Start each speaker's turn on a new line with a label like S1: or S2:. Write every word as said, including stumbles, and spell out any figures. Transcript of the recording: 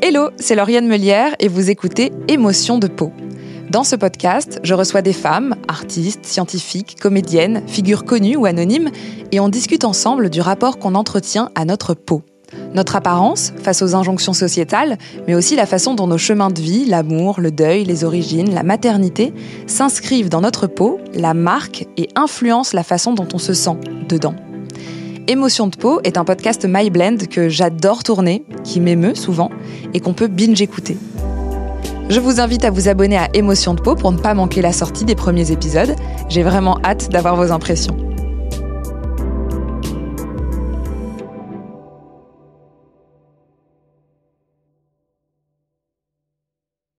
S1: Hello, c'est Lauriane Meulière et vous écoutez Émotions de peau. Dans ce podcast, je reçois des femmes, artistes, scientifiques, comédiennes, figures connues ou anonymes, et on discute ensemble du rapport qu'on entretient à notre peau. Notre apparence, face aux injonctions sociétales, mais aussi la façon dont nos chemins de vie, l'amour, le deuil, les origines, la maternité, s'inscrivent dans notre peau, la marquent et influencent la façon dont on se sent dedans. Émotions de peau est un podcast MyBlend que j'adore tourner, qui m'émeut souvent, et qu'on peut binge-écouter. Je vous invite à vous abonner à Émotions de peau pour ne pas manquer la sortie des premiers épisodes. J'ai vraiment hâte d'avoir vos impressions.